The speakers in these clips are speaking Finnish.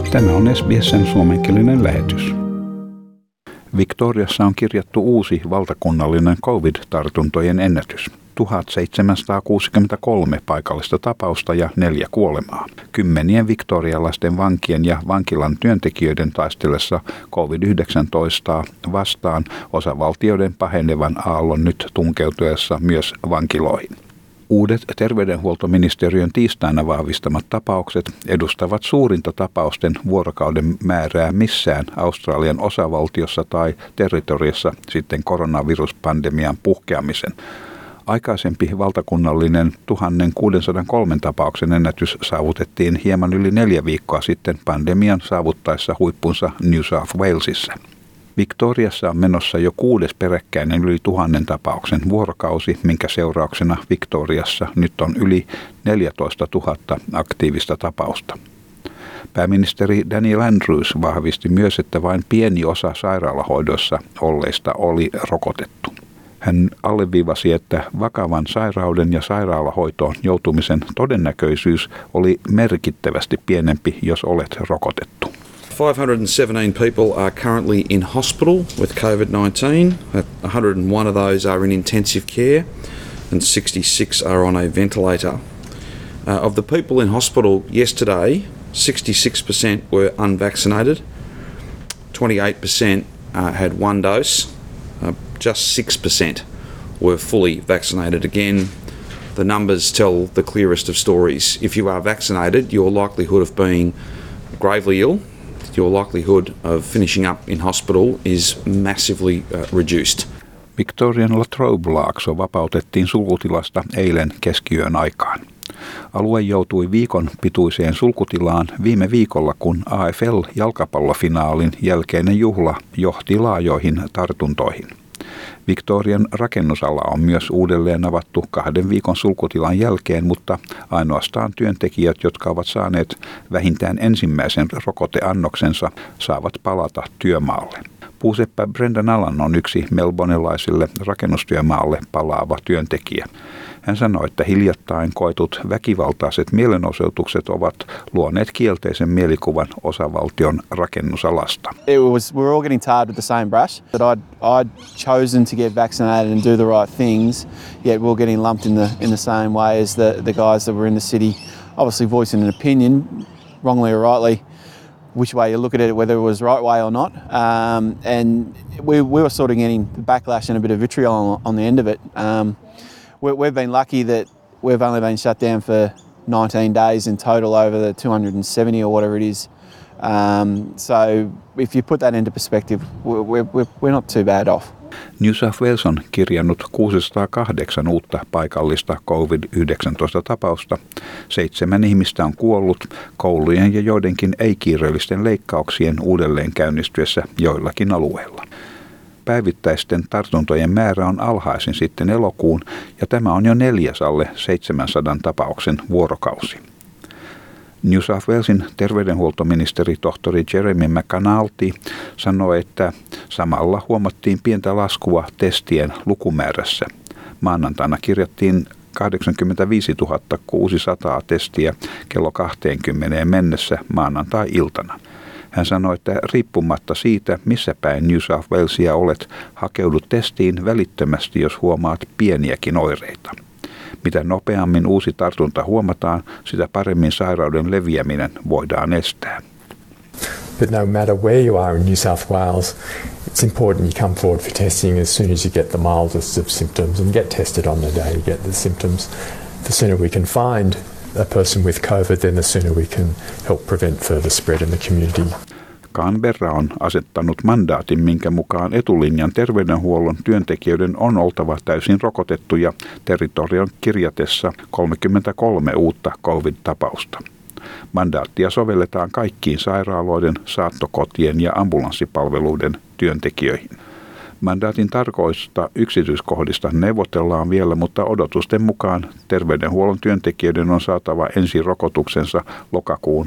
Tämä on SBS:n suomenkielinen lähetys. Victoriassa on kirjattu uusi valtakunnallinen COVID-tartuntojen ennätys. 1763 paikallista tapausta ja 4 kuolemaa. Kymmenien victorialaisten vankien ja vankilan työntekijöiden taistellessa COVID-19 vastaan osavaltioiden pahenevan aallon nyt tunkeutuessa myös vankiloihin. Uudet terveydenhuoltoministeriön tiistaina vahvistamat tapaukset edustavat suurinta tapausten vuorokauden määrää missään Australian osavaltiossa tai territoriassa sitten koronaviruspandemian puhkeamisen. Aikaisempi valtakunnallinen 1603 tapauksen ennätys saavutettiin hieman yli 4 viikkoa sitten pandemian saavuttaessa huippunsa New South Walesissa. Victoriassa on menossa jo 6. peräkkäinen yli 1000 tapauksen vuorokausi, minkä seurauksena Victoriassa nyt on yli 14 000 aktiivista tapausta. Pääministeri Daniel Andrews vahvisti myös, että vain pieni osa sairaalahoidossa olleista oli rokotettu. Hän alleviivasi, että vakavan sairauden ja sairaalahoitoon joutumisen todennäköisyys oli merkittävästi pienempi, jos olet rokotettu. 517 people are currently in hospital with COVID-19. 101 of those are in intensive care and 66 are on a ventilator. Of the people in hospital yesterday, 66% were unvaccinated, 28% had 1 dose, just 6% were fully vaccinated. Again, the numbers tell the clearest of stories. If you are vaccinated, your likelihood of being gravely ill, your likelihood of finishing up in hospital is massively reduced. Victorian Latrobe-laakso vapautettiin sulkutilasta eilen keskiyön aikaan. Alue joutui viikon pituiseen sulkutilaan viime viikolla, kun AFL-jalkapallofinaalin jälkeinen juhla johti laajoihin tartuntoihin. Victorian rakennusala on myös uudelleen avattu 2 viikon sulkutilan jälkeen, mutta ainoastaan työntekijät, jotka ovat saaneet vähintään ensimmäisen rokoteannoksensa, saavat palata työmaalle. Puuseppä Brendan Allan on yksi melbonelaiselle rakennustyömaalle palaava työntekijä. Hän sanoi, että hiljattain koetut väkivaltaiset mielenosoitukset ovat luoneet kielteisen mielikuvan osavaltion rakennusalasta. We're all getting tired with the same brush. That I'd chosen to get vaccinated and do the right things, yet we're getting lumped in the same way as the guys that were in the city, obviously voicing an opinion, wrongly or rightly, which way you look at it, whether it was the right way or not. And we were sort of getting backlash and a bit of vitriol on the end of it. We've been lucky that we've only been shut down for 19 days in total over the 270 or whatever it is. So if you put that into perspective, we're not too bad off. New South Wales on kirjannut 608 uutta paikallista COVID-19 tapausta. 7 ihmistä on kuollut koulujen ja joidenkin ei-kiireellisten leikkauksien uudelleen käynnistyessä joillakin alueilla. Päivittäisten tartuntojen määrä on alhaisin sitten elokuun, ja tämä on jo 4. alle 700 tapauksen vuorokausi. New South Walesin terveydenhuoltoministeri tohtori Jeremy McAnulty sanoi, että samalla huomattiin pientä laskua testien lukumäärässä. Maanantaina kirjattiin 85 600 testiä kello 20 mennessä maanantai-iltana. Hän sanoi, että riippumatta siitä, missä päin New South Walesia olet, hakeudut testiin välittömästi, jos huomaat pieniäkin oireita. Mitä nopeammin uusi tartunta huomataan, sitä paremmin sairauden leviäminen voidaan estää. But no matter where you are in New South Wales, it's important you come forward for testing as soon as you get the mildest of symptoms and get tested on the day you get the symptoms. The sooner we can find a person with COVID, then the sooner we can help prevent further spread in the community. Canberra on asettanut mandaatin, minkä mukaan etulinjan terveydenhuollon työntekijöiden on oltava täysin rokotettuja territorion kirjatessa 33 uutta COVID-tapausta. Mandaattia sovelletaan kaikkiin sairaaloiden, saattokotien ja ambulanssipalveluiden työntekijöihin. Mandaatin tarkoista yksityiskohdista neuvotellaan vielä, mutta odotusten mukaan terveydenhuollon työntekijöiden on saatava ensirokotuksensa lokakuun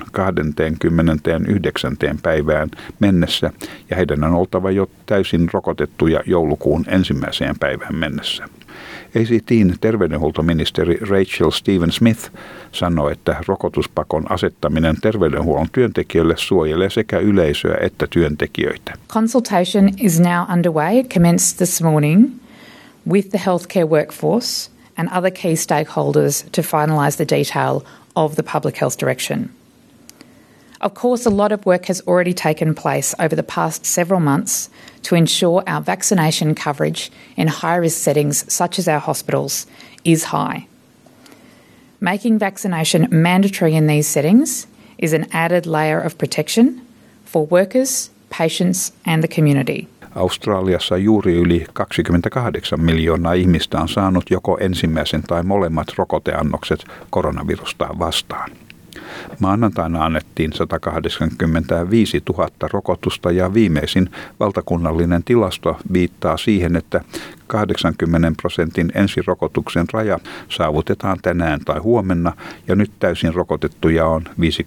29. päivään mennessä ja heidän on oltava jo täysin rokotettuja joulukuun 1. päivään mennessä. ACT:n terveydenhuoltoministeri Rachel Stephen-Smith sanoi, että rokotuspakon asettaminen terveydenhuollon työntekijöille suojelee sekä yleisöä että työntekijöitä. Consultation is now underway. It commenced this morning with the healthcare workforce and other key stakeholders to finalise the detail of the public health direction. Of course, a lot of work has already taken place over the past several months to ensure our vaccination coverage in high-risk settings such as our hospitals is high. Making vaccination mandatory in these settings is an added layer of protection for workers, patients and the community. Australiassa juuri yli 28 miljoonaa ihmistä on saanut joko ensimmäisen tai molemmat rokoteannokset koronavirusta vastaan. Maanantaina annettiin 185 000 rokotusta ja viimeisin valtakunnallinen tilasto viittaa siihen, että 80% ensirokotuksen raja saavutetaan tänään tai huomenna ja nyt täysin rokotettuja on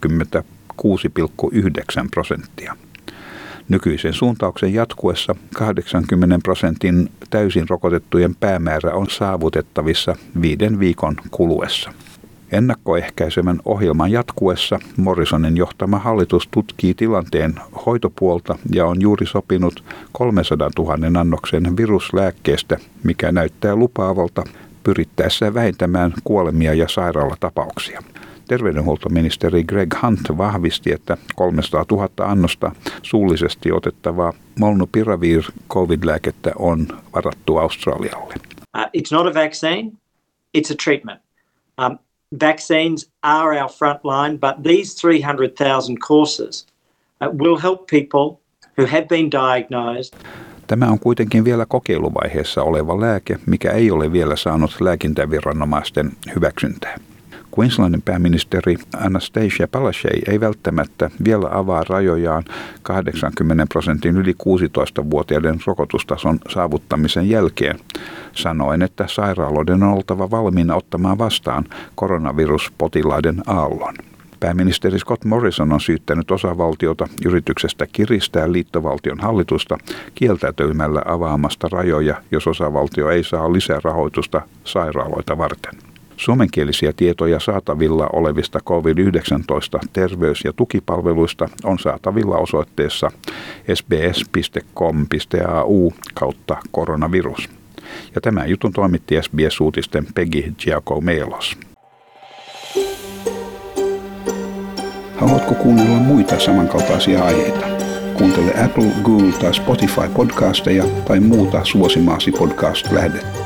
56,9%. Nykyisen suuntauksen jatkuessa 80% täysin rokotettujen päämäärä on saavutettavissa 5 viikon kuluessa. Ennakkoehkäisevän ohjelman jatkuessa Morrisonin johtama hallitus tutkii tilanteen hoitopuolta ja on juuri sopinut 300 000 annoksen viruslääkkeestä, mikä näyttää lupaavalta pyrittäessä vähentämään kuolemia ja sairaalatapauksia. Terveydenhuoltoministeri Greg Hunt vahvisti, että 300 000 annosta suullisesti otettavaa Molnupiravir COVID-lääkettä on varattu Australialle. It's not a vaccine, it's a treatment. Vaccines are our front line, but these 300,000 courses will help people who have been diagnosed. Tämä on kuitenkin vielä kokeiluvaiheessa oleva lääke, mikä ei ole vielä saanut lääkintäviranomaisten hyväksyntää. Queenslandin pääministeri Anastasia Palaszczuk ei välttämättä vielä avaa rajojaan 80% yli 16-vuotiaiden rokotustason saavuttamisen jälkeen, sanoen, että sairaaloiden on oltava valmiina ottamaan vastaan koronaviruspotilaiden aallon. Pääministeri Scott Morrison on syyttänyt osavaltiota yrityksestä kiristää liittovaltion hallitusta kieltäytymällä avaamasta rajoja, jos osavaltio ei saa lisää rahoitusta sairaaloita varten. Suomenkielisiä tietoja saatavilla olevista COVID-19 terveys- ja tukipalveluista on saatavilla osoitteessa sbs.com.au/koronavirus. Ja tämän jutun toimitti SBS-uutisten Peggy Giacomelos. Haluatko kuunnella muita samankaltaisia aiheita? Kuuntele Apple, Google tai Spotify podcasteja tai muuta suosimaasi podcast-lähdettä.